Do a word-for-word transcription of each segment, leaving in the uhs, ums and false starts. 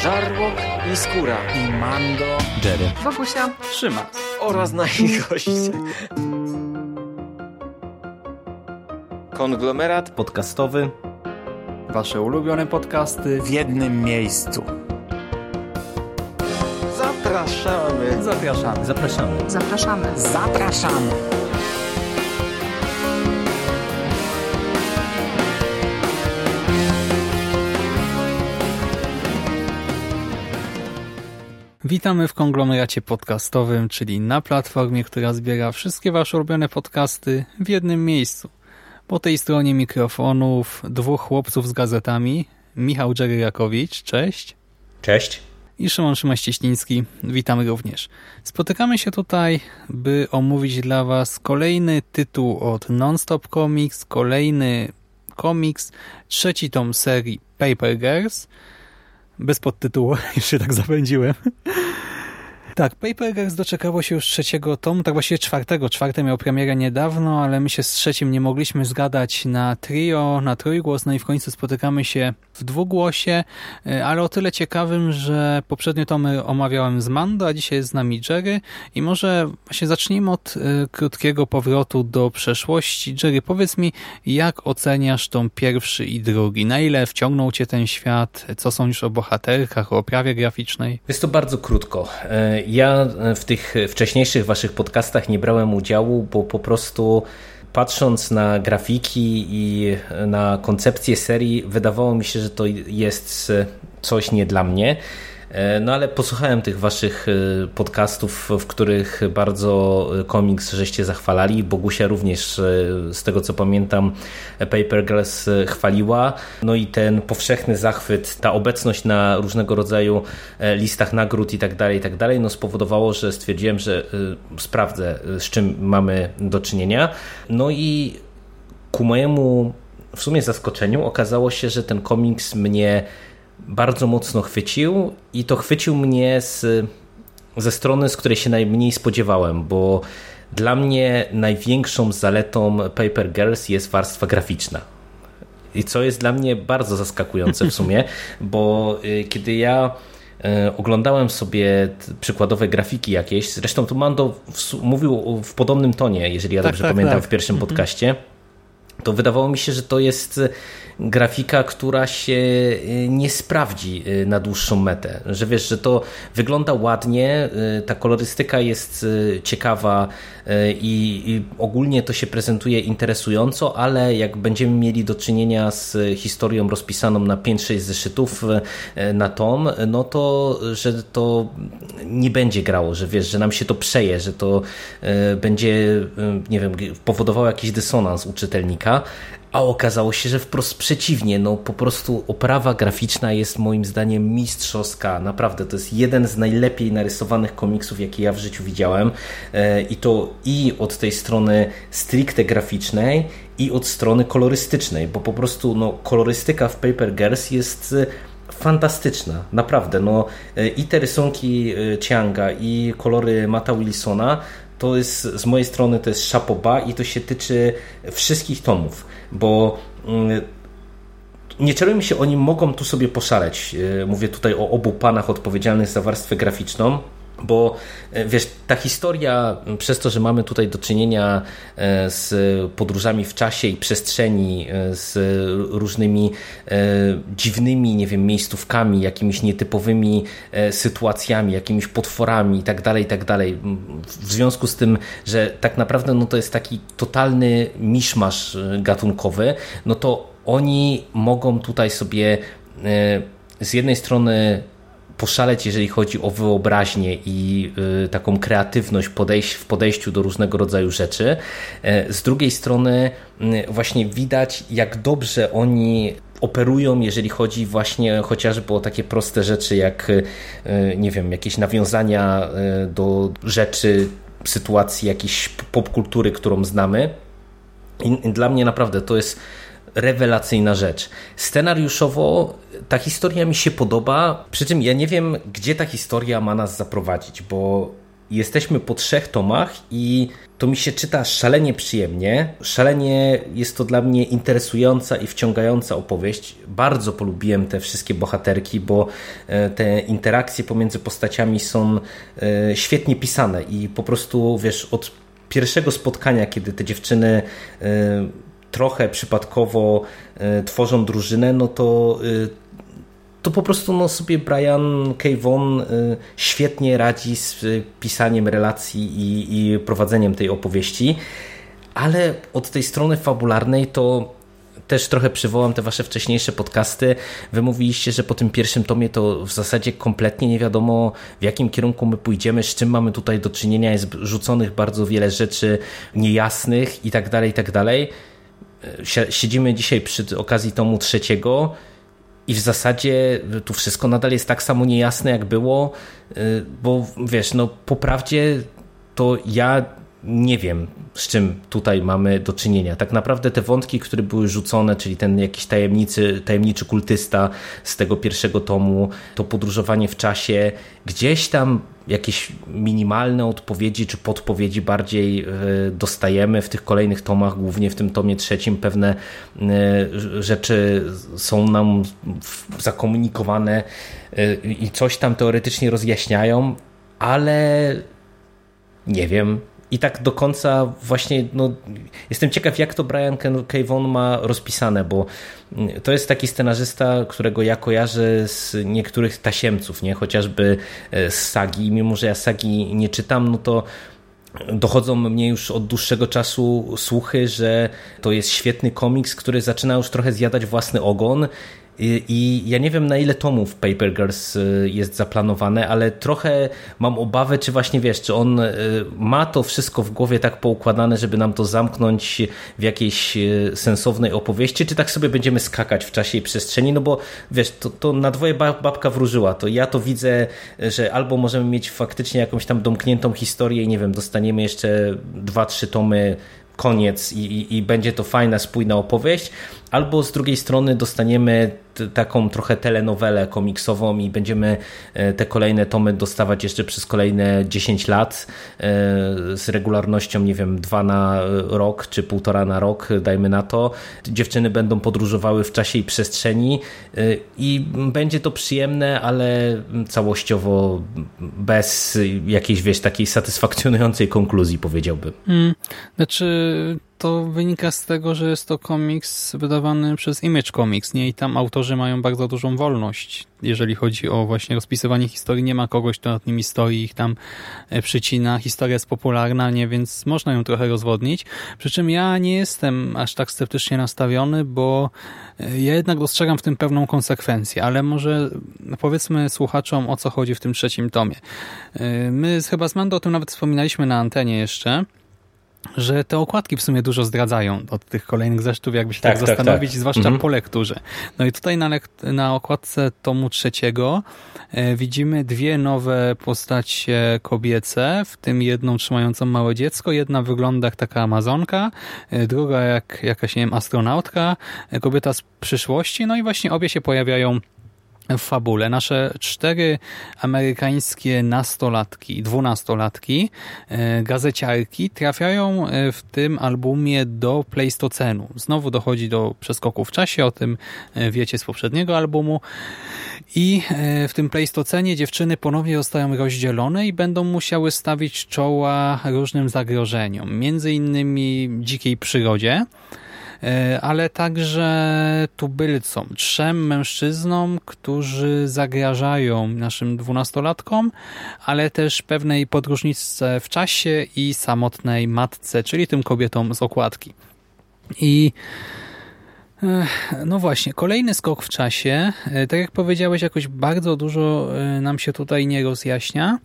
Żarłok i Skóra i Mando, Jerry, Wokusia, Szymas oraz nasi goście. Konglomerat podcastowy. Wasze ulubione podcasty w jednym miejscu. Zapraszamy. Zapraszamy. Zapraszamy. zapraszamy. Zapraszamy. Witamy w konglomeracie podcastowym, czyli na platformie, która zbiera wszystkie wasze ulubione podcasty w jednym miejscu. Po tej stronie mikrofonów dwóch chłopców z gazetami, Michał Jerry Rakowicz, cześć. Cześć. I Szymon Szymaś-Cieśliński, witamy również. Spotykamy się tutaj, by omówić dla was kolejny tytuł od Non-Stop Comics, kolejny komiks, trzeci tom serii Paper Girls, bez podtytułu, już się tak zapędziłem. Tak, Paper Girls doczekało się już trzeciego tomu, tak właściwie czwartego. Czwarte miał premierę niedawno, ale my się z trzecim nie mogliśmy zgadać na trio, na trójgłos, no i w końcu spotykamy się w dwugłosie, ale o tyle ciekawym, że poprzednie tomy omawiałem z Mando, a dzisiaj jest z nami Jerry i może właśnie zacznijmy od y, krótkiego powrotu do przeszłości. Jerry, powiedz mi, jak oceniasz tom pierwszy i drugi? Na ile wciągnął cię ten świat? Co sądzisz o bohaterkach, o oprawie graficznej? Jest to bardzo krótko. Ja w tych wcześniejszych waszych podcastach nie brałem udziału, bo po prostu patrząc na grafiki i na koncepcję serii, wydawało mi się, że to jest coś nie dla mnie. No ale posłuchałem tych waszych podcastów, w których bardzo komiks żeście zachwalali. Bogusia również, z tego co pamiętam, Paper Girls chwaliła. No i ten powszechny zachwyt, ta obecność na różnego rodzaju listach nagród i tak dalej, i tak dalej, no spowodowało, że stwierdziłem, że sprawdzę, z czym mamy do czynienia. No i ku mojemu w sumie zaskoczeniu okazało się, że ten komiks mnie bardzo mocno chwycił i to chwycił mnie z, ze strony, z której się najmniej spodziewałem, bo dla mnie największą zaletą Paper Girls jest warstwa graficzna. I co jest dla mnie bardzo zaskakujące w sumie, bo kiedy ja oglądałem sobie przykładowe grafiki jakieś, zresztą tu Mando mówił w podobnym tonie, jeżeli ja tak, dobrze tak, pamiętam, tak. w pierwszym podcaście, to wydawało mi się, że to jest grafika, która się nie sprawdzi na dłuższą metę. Że wiesz, że to wygląda ładnie, ta kolorystyka jest ciekawa i, i ogólnie to się prezentuje interesująco, ale jak będziemy mieli do czynienia z historią rozpisaną na pięć sześć zeszytów na tom, no to, że to nie będzie grało, że wiesz, że nam się to przeje, że to będzie, nie wiem, powodowało jakiś dysonans u czytelnika. A okazało się, że wprost przeciwnie, no po prostu oprawa graficzna jest moim zdaniem mistrzowska, naprawdę to jest jeden z najlepiej narysowanych komiksów, jakie ja w życiu widziałem i to i od tej strony stricte graficznej i od strony kolorystycznej, bo po prostu no, kolorystyka w Paper Girls jest fantastyczna, naprawdę, no i te rysunki Chianga i kolory Matta Wilsona to jest z mojej strony to jest chapeau bas i to się tyczy wszystkich tomów, bo nie czarujmy się, oni mogą tu sobie poszaleć. Mówię tutaj o obu panach odpowiedzialnych za warstwę graficzną, bo wiesz, ta historia, przez to, że mamy tutaj do czynienia z podróżami w czasie i przestrzeni, z różnymi dziwnymi, nie wiem, miejscówkami, jakimiś nietypowymi sytuacjami, jakimiś potworami i tak dalej, i tak dalej. W związku z tym, że tak naprawdę no to jest taki totalny miszmasz gatunkowy, no to oni mogą tutaj sobie z jednej strony poszaleć, jeżeli chodzi o wyobraźnię i y, taką kreatywność podejś w podejściu do różnego rodzaju rzeczy. Y, z drugiej strony y, właśnie widać, jak dobrze oni operują, jeżeli chodzi właśnie chociażby o takie proste rzeczy, jak y, nie wiem, jakieś nawiązania y, do rzeczy, sytuacji, jakiejś popkultury, którą znamy. I, i dla mnie naprawdę to jest rewelacyjna rzecz. Scenariuszowo ta historia mi się podoba, przy czym ja nie wiem, gdzie ta historia ma nas zaprowadzić, bo jesteśmy po trzech tomach i to mi się czyta szalenie przyjemnie. Szalenie jest to dla mnie interesująca i wciągająca opowieść. Bardzo polubiłem te wszystkie bohaterki, bo te interakcje pomiędzy postaciami są świetnie pisane i po prostu, wiesz, od pierwszego spotkania, kiedy te dziewczyny trochę przypadkowo tworzą drużynę, no to to po prostu no, sobie Brian K. Vaughan świetnie radzi z pisaniem relacji i, i prowadzeniem tej opowieści, ale od tej strony fabularnej to też trochę przywołam te wasze wcześniejsze podcasty. Wy mówiliście, że po tym pierwszym tomie to w zasadzie kompletnie nie wiadomo, w jakim kierunku my pójdziemy, z czym mamy tutaj do czynienia, jest rzuconych bardzo wiele rzeczy niejasnych i tak dalej, i tak dalej. Siedzimy dzisiaj przy okazji tomu trzeciego i w zasadzie tu wszystko nadal jest tak samo niejasne, jak było, bo wiesz, no po prawdzie to ja nie wiem, z czym tutaj mamy do czynienia. Tak naprawdę te wątki, które były rzucone, czyli ten jakiś tajemniczy, tajemniczy kultysta z tego pierwszego tomu, to podróżowanie w czasie, gdzieś tam jakieś minimalne odpowiedzi czy podpowiedzi bardziej dostajemy w tych kolejnych tomach, głównie w tym tomie trzecim pewne rzeczy są nam zakomunikowane i coś tam teoretycznie rozjaśniają, ale nie wiem. I tak do końca właśnie no, jestem ciekaw, jak to Brian K. Vaughan ma rozpisane, bo to jest taki scenarzysta, którego ja kojarzę z niektórych tasiemców, nie? Chociażby z sagi. Mimo że ja sagi nie czytam, no to dochodzą mnie już od dłuższego czasu słuchy, że to jest świetny komiks, który zaczyna już trochę zjadać własny ogon. I ja nie wiem, na ile tomów Paper Girls jest zaplanowane, ale trochę mam obawę, czy właśnie wiesz, czy on ma to wszystko w głowie tak poukładane, żeby nam to zamknąć w jakiejś sensownej opowieści, czy tak sobie będziemy skakać w czasie i przestrzeni, no bo wiesz, to, to na dwoje babka wróżyła, to ja to widzę, że albo możemy mieć faktycznie jakąś tam domkniętą historię i nie wiem, dostaniemy jeszcze dwa, trzy tomy, koniec i, i, i będzie to fajna, spójna opowieść, albo z drugiej strony dostaniemy t- taką trochę telenowelę komiksową i będziemy te kolejne tomy dostawać jeszcze przez kolejne dziesięć lat z regularnością, nie wiem, dwa na rok czy półtora na rok, dajmy na to. Dziewczyny będą podróżowały w czasie i przestrzeni i będzie to przyjemne, ale całościowo bez jakiejś, wiesz, takiej satysfakcjonującej konkluzji, powiedziałbym. Hmm. Znaczy to wynika z tego, że jest to komiks wydawany przez Image Comics, nie? I tam autorzy mają bardzo dużą wolność, jeżeli chodzi o właśnie rozpisywanie historii. Nie ma kogoś, kto nad nimi stoi i ich tam przycina. Historia jest popularna, nie? Więc można ją trochę rozwodnić. Przy czym ja nie jestem aż tak sceptycznie nastawiony, bo ja jednak dostrzegam w tym pewną konsekwencję, ale może powiedzmy słuchaczom, o co chodzi w tym trzecim tomie. My chyba z Mando o tym nawet wspominaliśmy na antenie jeszcze, że te okładki w sumie dużo zdradzają od tych kolejnych zeszytów, jakby się tak, tak zastanowić, tak. Zwłaszcza mhm. po lekturze. No i tutaj na, lek- na okładce tomu trzeciego e, widzimy dwie nowe postacie kobiece, w tym jedną trzymającą małe dziecko, jedna wygląda jak taka Amazonka, e, druga jak jakaś, nie wiem, astronautka, e, kobieta z przyszłości, no i właśnie obie się pojawiają w fabule. Nasze cztery amerykańskie nastolatki, dwunastolatki, gazeciarki trafiają w tym albumie do Pleistocenu. Znowu dochodzi do przeskoku w czasie, o tym wiecie z poprzedniego albumu. I w tym Pleistocenie dziewczyny ponownie zostają rozdzielone i będą musiały stawić czoła różnym zagrożeniom, między innymi dzikiej przyrodzie, ale także tubylcom, trzem mężczyznom, którzy zagrażają naszym dwunastolatkom, ale też pewnej podróżniczce w czasie i samotnej matce, czyli tym kobietom z okładki. I no właśnie, kolejny skok w czasie. Tak jak powiedziałeś, jakoś bardzo dużo nam się tutaj nie rozjaśnia.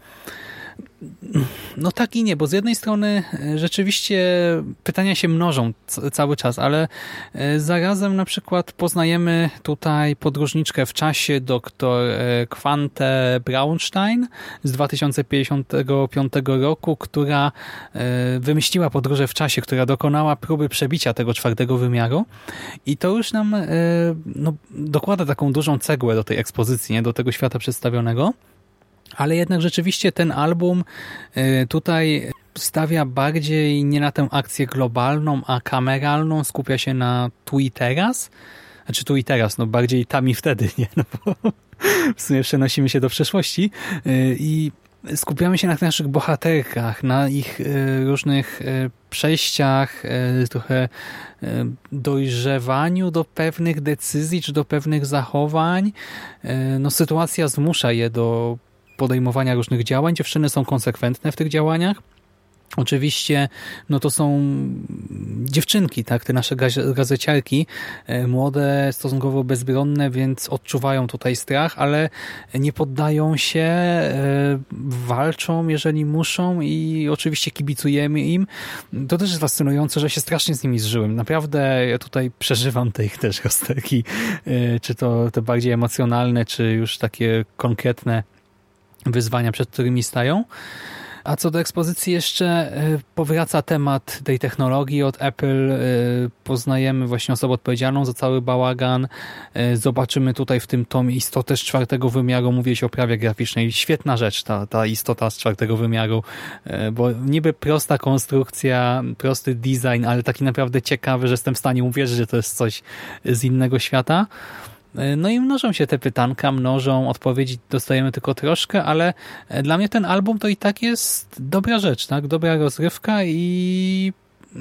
No tak i nie, bo z jednej strony rzeczywiście pytania się mnożą c- cały czas, ale zarazem na przykład poznajemy tutaj podróżniczkę w czasie, doktor Quantę Braunstein z dwa tysiące pięćdziesiątego piątego roku, która wymyśliła podróże w czasie, która dokonała próby przebicia tego czwartego wymiaru i to już nam no, dokłada taką dużą cegłę do tej ekspozycji, nie? Do tego świata przedstawionego. Ale jednak rzeczywiście ten album tutaj stawia bardziej nie na tę akcję globalną, a kameralną, skupia się na tu i teraz. Znaczy tu i teraz, no bardziej tam i wtedy, nie? No bo w sumie przenosimy się do przeszłości i skupiamy się na naszych bohaterkach, na ich różnych przejściach, trochę dojrzewaniu do pewnych decyzji czy do pewnych zachowań. No sytuacja zmusza je do podejmowania różnych działań. Dziewczyny są konsekwentne w tych działaniach. Oczywiście, no to są dziewczynki, tak, te nasze gazeciarki, młode, stosunkowo bezbronne, więc odczuwają tutaj strach, ale nie poddają się, walczą, jeżeli muszą i oczywiście kibicujemy im. To też jest fascynujące, że się strasznie z nimi zżyłem. Naprawdę ja tutaj przeżywam te ich też rozterki, czy to te bardziej emocjonalne, czy już takie konkretne wyzwania, przed którymi stają. A co do ekspozycji jeszcze powraca temat tej technologii od Apple. Poznajemy właśnie osobę odpowiedzialną za cały bałagan. Zobaczymy tutaj w tym tomie istotę z czwartego wymiaru. Mówiłeś o oprawie graficznej. Świetna rzecz ta, ta istota z czwartego wymiaru, bo niby prosta konstrukcja, prosty design, ale taki naprawdę ciekawy, że jestem w stanie uwierzyć, że to jest coś z innego świata. No i mnożą się te pytanka, mnożą, odpowiedzi dostajemy tylko troszkę, ale dla mnie ten album to i tak jest dobra rzecz, tak? Dobra rozrywka i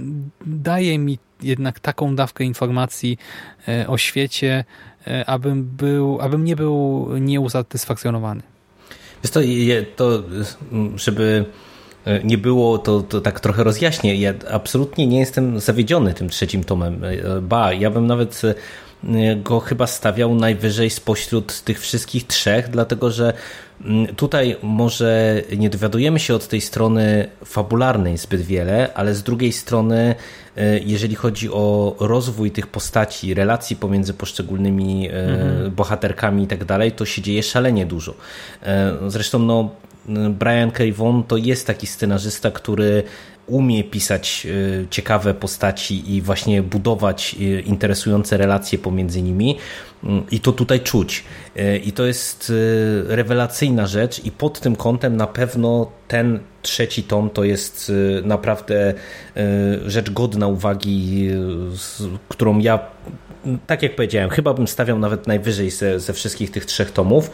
daje mi jednak taką dawkę informacji o świecie, abym był, abym nie był nieusatysfakcjonowany. Jest to, to żeby nie było, to, to tak trochę rozjaśnię. Ja absolutnie nie jestem zawiedziony tym trzecim tomem. Ba, ja bym nawet go chyba stawiał najwyżej spośród tych wszystkich trzech, dlatego że tutaj może nie dowiadujemy się od tej strony fabularnej zbyt wiele, ale z drugiej strony jeżeli chodzi o rozwój tych postaci, relacji pomiędzy poszczególnymi mhm. bohaterkami i tak dalej, to się dzieje szalenie dużo. Zresztą no Brian K. Vaughan to jest taki scenarzysta, który umie pisać ciekawe postaci i właśnie budować interesujące relacje pomiędzy nimi i to tutaj czuć. I to jest rewelacyjna rzecz i pod tym kątem na pewno ten trzeci tom to jest naprawdę rzecz godna uwagi, którą ja, tak jak powiedziałem, chyba bym stawiał nawet najwyżej ze, ze wszystkich tych trzech tomów.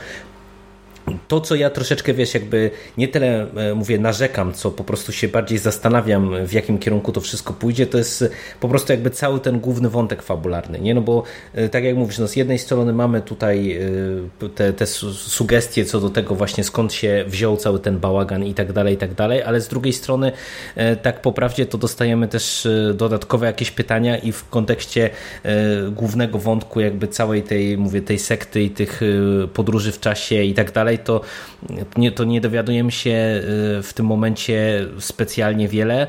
To, co ja troszeczkę, wiesz, jakby nie tyle mówię narzekam, co po prostu się bardziej zastanawiam, w jakim kierunku to wszystko pójdzie, to jest po prostu jakby cały ten główny wątek fabularny, nie? No bo tak jak mówisz, no z jednej strony mamy tutaj te, te sugestie co do tego właśnie skąd się wziął cały ten bałagan i tak dalej, i tak dalej, ale z drugiej strony tak po prawdzie to dostajemy też dodatkowe jakieś pytania i w kontekście głównego wątku jakby całej tej, mówię, tej sekty i tych podróży w czasie i tak dalej, to nie, to nie dowiadujemy się w tym momencie specjalnie wiele.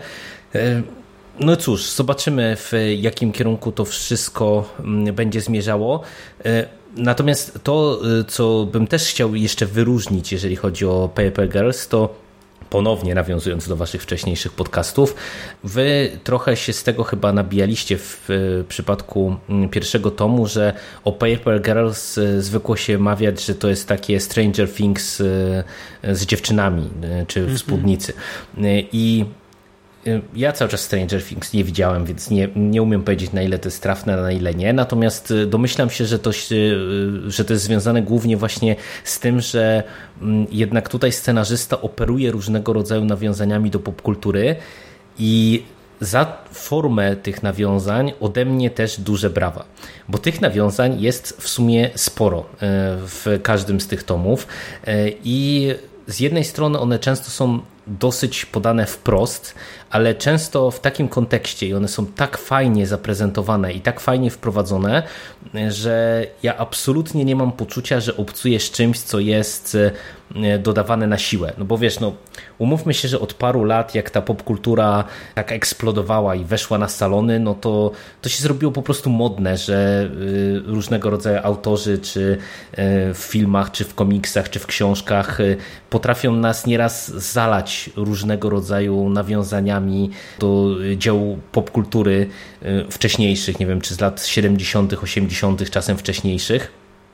No cóż, zobaczymy, w jakim kierunku to wszystko będzie zmierzało. Natomiast to, co bym też chciał jeszcze wyróżnić, jeżeli chodzi o Paper Girls, to ponownie nawiązując do waszych wcześniejszych podcastów, wy trochę się z tego chyba nabijaliście w przypadku pierwszego tomu, że o Paper Girls zwykło się mawiać, że to jest takie Stranger Things z dziewczynami, czy w spódnicy. I ja cały czas Stranger Things nie widziałem, więc nie, nie umiem powiedzieć, na ile to jest trafne, a na ile nie. Natomiast domyślam się, że to, że to jest związane głównie właśnie z tym, że jednak tutaj scenarzysta operuje różnego rodzaju nawiązaniami do popkultury i za formę tych nawiązań ode mnie też duże brawa, bo tych nawiązań jest w sumie sporo w każdym z tych tomów i z jednej strony one często są dosyć podane wprost, ale często w takim kontekście i one są tak fajnie zaprezentowane i tak fajnie wprowadzone, że ja absolutnie nie mam poczucia, że obcuję z czymś, co jest dodawane na siłę. No bo wiesz, no umówmy się, że od paru lat jak ta popkultura tak eksplodowała i weszła na salony, no to, to się zrobiło po prostu modne, że różnego rodzaju autorzy czy w filmach, czy w komiksach, czy w książkach potrafią nas nieraz zalać różnego rodzaju nawiązaniami do dzieł popkultury wcześniejszych, nie wiem, czy z lat siedemdziesiątych, osiemdziesiątych, czasem wcześniejszych.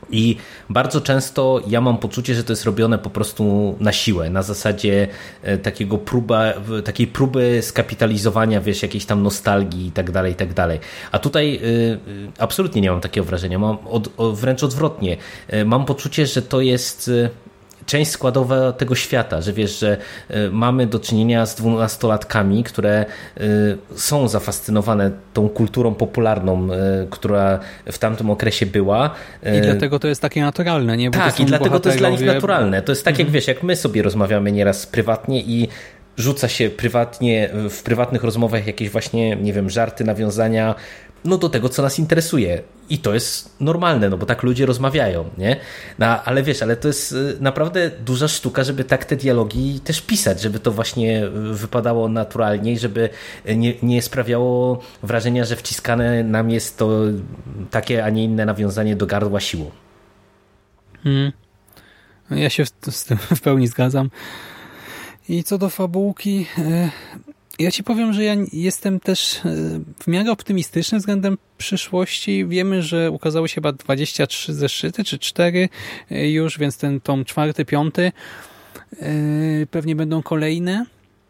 I bardzo często ja mam poczucie, że to jest robione po prostu na siłę, na zasadzie takiego próba, takiej próby skapitalizowania, wiesz, jakiejś tam nostalgii i tak dalej, i tak dalej. A tutaj y, absolutnie nie mam takiego wrażenia, mam od, o, wręcz odwrotnie. Y, mam poczucie, że to jest y, część składowa tego świata, że wiesz, że y, mamy do czynienia z dwunastolatkami, które y, są zafascynowane tą kulturą popularną, y, która w tamtym okresie była. Y, I dlatego to jest takie naturalne, nie? Bo tak, i dlatego to jest dla nich naturalne. To jest tak, jak mhm. wiesz, jak my sobie rozmawiamy nieraz prywatnie i rzuca się prywatnie, w prywatnych rozmowach jakieś właśnie, nie wiem, żarty, nawiązania, no do tego, co nas interesuje. I to jest normalne, no bo tak ludzie rozmawiają, nie? No, ale wiesz, ale to jest naprawdę duża sztuka, żeby tak te dialogi też pisać, żeby to właśnie wypadało naturalnie i żeby nie, nie sprawiało wrażenia, że wciskane nam jest to takie, a nie inne nawiązanie do gardła siłą. Hmm. Ja się z tym w pełni zgadzam. I co do fabułki, ja ci powiem, że ja jestem też w miarę optymistyczny względem przyszłości. Wiemy, że ukazały się chyba dwadzieścia trzy zeszyty, czy cztery już, więc ten tom czwarty, piąty pewnie będą kolejne.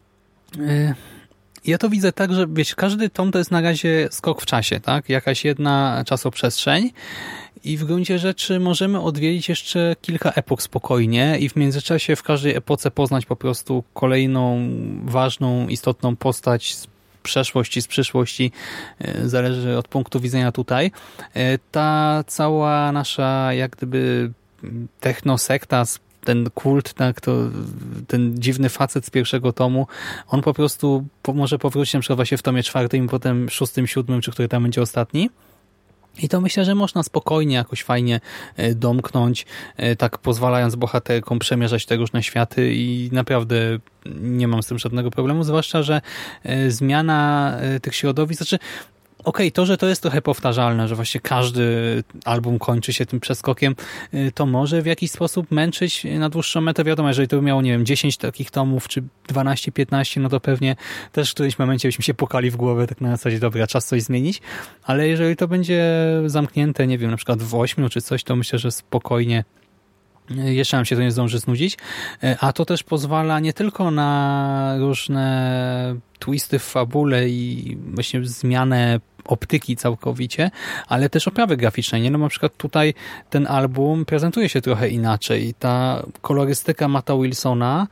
Ja to widzę tak, że wiesz, każdy tom to jest na razie skok w czasie, tak? Jakaś jedna czasoprzestrzeń i w gruncie rzeczy możemy odwiedzić jeszcze kilka epok spokojnie i w międzyczasie w każdej epoce poznać po prostu kolejną ważną, istotną postać z przeszłości, z przyszłości, zależy od punktu widzenia tutaj. Ta cała nasza jak gdyby technosekta, ten kult, tak, to ten dziwny facet z pierwszego tomu, on po prostu po, może powrócić na przykład właśnie w tomie czwartym, potem szóstym, siódmym, czy który tam będzie ostatni. I to myślę, że można spokojnie jakoś fajnie domknąć, tak pozwalając bohaterkom przemierzać te różne światy i naprawdę nie mam z tym żadnego problemu, zwłaszcza, że zmiana tych środowisk, znaczy okej, okay, to, że to jest trochę powtarzalne, że właśnie każdy album kończy się tym przeskokiem, to może w jakiś sposób męczyć na dłuższą metę. Wiadomo, jeżeli to by miało, nie wiem, dziesięć takich tomów, czy dwanaście, piętnaście, no to pewnie też w którymś momencie byśmy się pukali w głowę, tak na zasadzie, dobra, czas coś zmienić, ale jeżeli to będzie zamknięte, nie wiem, na przykład w ośmiu czy coś, to myślę, że spokojnie jeszcze nam się to nie zdąży znudzić, a to też pozwala nie tylko na różne twisty w fabule i właśnie zmianę optyki całkowicie, ale też oprawy graficznej. Nie? No na przykład tutaj ten album prezentuje się trochę inaczej. Ta kolorystyka Matta Wilsona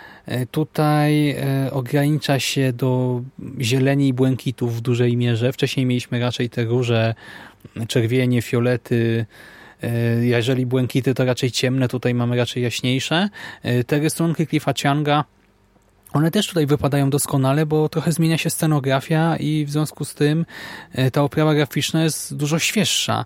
tutaj ogranicza się do zieleni i błękitów w dużej mierze. Wcześniej mieliśmy raczej te róże, czerwienie, fiolety. Jeżeli błękity, to raczej ciemne, tutaj mamy raczej jaśniejsze. Te rysunki Cliffa Chianga, one też tutaj wypadają doskonale, bo trochę zmienia się scenografia i w związku z tym ta oprawa graficzna jest dużo świeższa.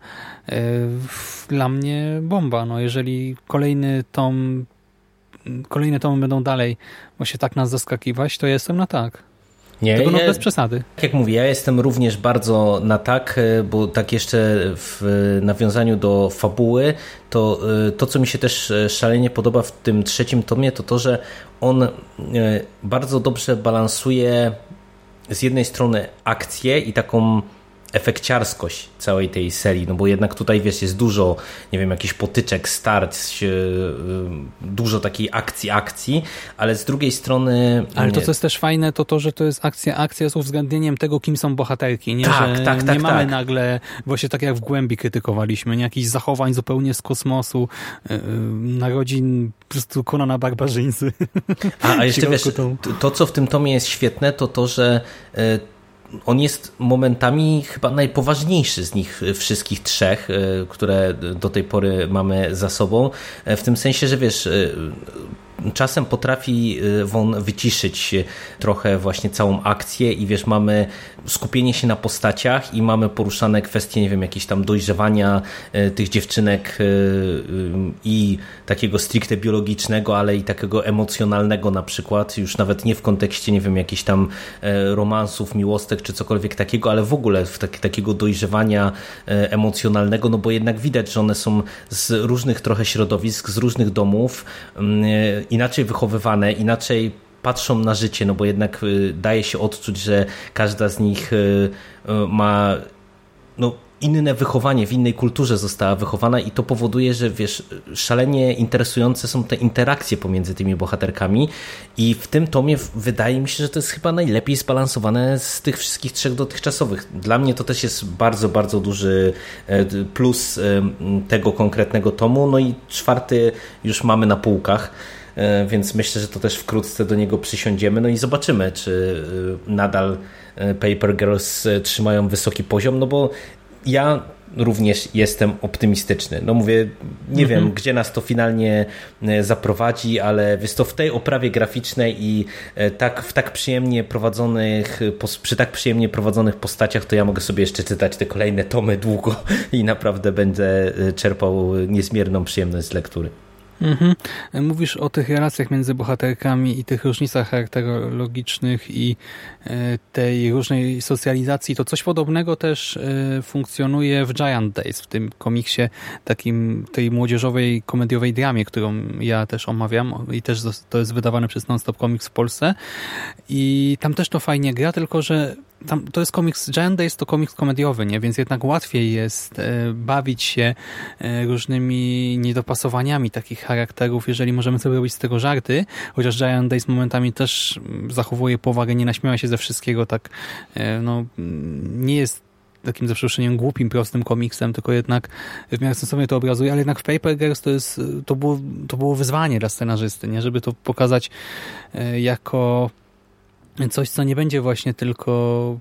Dla mnie bomba. No, jeżeli kolejny tom, kolejne tomy będą dalej właśnie tak nas zaskakiwać, to jestem na tak. Nie, Tylko no ja, bez przesady. Tak jak mówię, ja jestem również bardzo na tak, bo tak jeszcze w nawiązaniu do fabuły, to to, co mi się też szalenie podoba w tym trzecim tomie, to to, że on bardzo dobrze balansuje z jednej strony akcję i taką efekciarskość całej tej serii, no bo jednak tutaj, wiesz, jest dużo, nie wiem, jakichś potyczek, starć, dużo takiej akcji, akcji, ale z drugiej strony... Ale to, co jest też fajne, to to, że to jest akcja, akcja z uwzględnieniem tego, kim są bohaterki, nie? Tak, że tak, tak, nie mamy tak. nagle, właśnie tak jak w Głębi krytykowaliśmy, nie? Jakichś zachowań zupełnie z kosmosu, yy, narodzin po prostu Konana Barbarzyńcy. A, a jeszcze wiesz, to, co w tym tomie jest świetne, to to, że yy, on jest momentami chyba najpoważniejszy z nich wszystkich trzech, które do tej pory mamy za sobą. W tym sensie, że wiesz, czasem potrafi on wyciszyć trochę właśnie całą akcję i wiesz, mamy skupienie się na postaciach i mamy poruszane kwestie, nie wiem, jakieś tam dojrzewania tych dziewczynek i takiego stricte biologicznego, ale i takiego emocjonalnego na przykład, już nawet nie w kontekście, nie wiem, jakichś tam romansów, miłostek czy cokolwiek takiego, ale w ogóle w tak, takiego dojrzewania emocjonalnego, no bo jednak widać, że one są z różnych trochę środowisk, z różnych domów, inaczej wychowywane, inaczej patrzą na życie, no bo jednak daje się odczuć, że każda z nich ma no, inne wychowanie, w innej kulturze została wychowana i to powoduje, że wiesz, szalenie interesujące są te interakcje pomiędzy tymi bohaterkami i w tym tomie wydaje mi się, że to jest chyba najlepiej zbalansowane z tych wszystkich trzech dotychczasowych. Dla mnie to też jest bardzo, bardzo duży plus tego konkretnego tomu, no i czwarty już mamy na półkach, więc myślę, że to też wkrótce do niego przysiądziemy, no i zobaczymy, czy nadal Paper Girls trzymają wysoki poziom, no bo ja również jestem optymistyczny. No mówię, nie mhm. wiem, gdzie nas to finalnie zaprowadzi, ale jest to w tej oprawie graficznej i tak, w tak przyjemnie prowadzonych, przy tak przyjemnie prowadzonych postaciach, to ja mogę sobie jeszcze czytać te kolejne tomy długo i naprawdę będę czerpał niezmierną przyjemność z lektury. Mhm. Mówisz o tych relacjach między bohaterkami i tych różnicach charakterologicznych i tej różnej socjalizacji. To coś podobnego też funkcjonuje w Giant Days, w tym komiksie takim, tej młodzieżowej, komediowej dramie, którą ja też omawiam i też to jest wydawane przez Non-Stop Comics w Polsce i tam też to fajnie gra, tylko że tam, to jest komiks, Giant Days to komiks komediowy, nie? Więc jednak łatwiej jest e, bawić się e, różnymi niedopasowaniami takich charakterów, jeżeli możemy sobie robić z tego żarty, chociaż Giant Days momentami też zachowuje powagę, nie naśmiała się ze wszystkiego, tak e, no nie jest takim za przeproszeniem głupim, prostym komiksem, tylko jednak w miarę sensownie to obrazuje, ale jednak w Paper Girls to jest, to było, to było wyzwanie dla scenarzysty, nie? Żeby to pokazać e, jako coś, co nie będzie właśnie tylko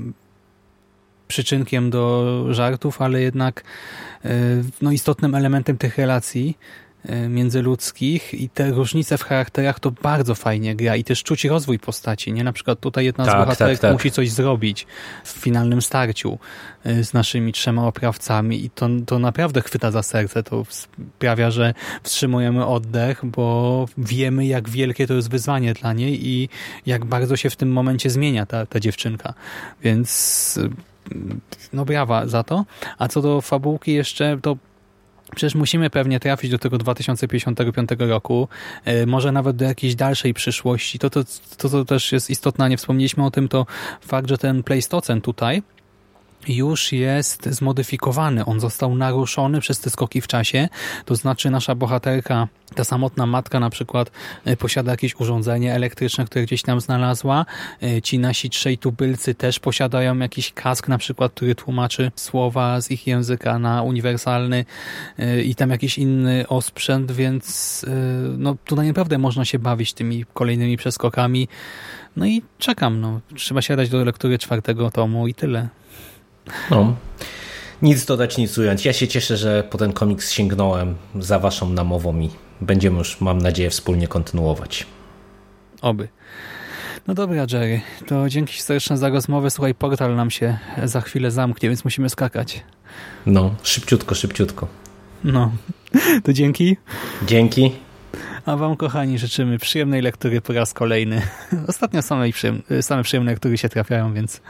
przyczynkiem do żartów, ale jednak no, istotnym elementem tych relacji międzyludzkich i te różnice w charakterach to bardzo fajnie gra i też czuć rozwój postaci, nie? Na przykład tutaj jedna tak, z bohaterek tak, tak. musi coś zrobić w finalnym starciu z naszymi trzema oprawcami i to, to naprawdę chwyta za serce, to sprawia, że wstrzymujemy oddech, bo wiemy, jak wielkie to jest wyzwanie dla niej i jak bardzo się w tym momencie zmienia ta, ta dziewczynka, więc no brawa za to. A co do fabułki jeszcze, to przecież musimy pewnie trafić do tego dwa tysiące pięćdziesiątego piątego roku, może nawet do jakiejś dalszej przyszłości. To, to, to, to też jest istotne, nie wspomnieliśmy o tym, to fakt, że ten Pleistocen tutaj już jest zmodyfikowany. On został naruszony przez te skoki w czasie. To znaczy nasza bohaterka, ta samotna matka na przykład posiada jakieś urządzenie elektryczne, które gdzieś tam znalazła. Ci nasi trzej tubylcy też posiadają jakiś kask na przykład, który tłumaczy słowa z ich języka na uniwersalny i tam jakiś inny osprzęt, więc no tutaj naprawdę można się bawić tymi kolejnymi przeskokami. No i czekam. No. Trzeba siadać do lektury czwartego tomu i tyle. No, nic dodać, nic ująć. Ja się cieszę, że po ten komiks sięgnąłem za waszą namową i będziemy już, mam nadzieję, wspólnie kontynuować. Oby. No dobra, Jerry, to dzięki serdeczne za rozmowę. Słuchaj, portal nam się za chwilę zamknie, więc musimy skakać. No, szybciutko, szybciutko. No, to dzięki. Dzięki. A wam, kochani, życzymy przyjemnej lektury po raz kolejny. Ostatnio same, przyjem- same przyjemne lektury się trafiają, więc...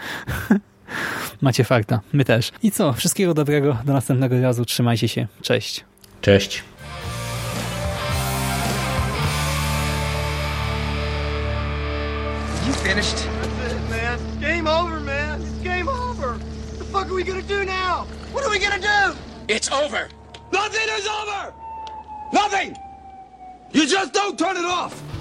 Macie farta, my też. I co? Wszystkiego dobrego, do następnego razu, trzymajcie się, cześć. Cześć. You finished? That's it, man. Game over, man. It's game over. What the fuck are we gonna do now? What are we gonna do? It's over. Nothing is over! Nothing! You just don't turn it off!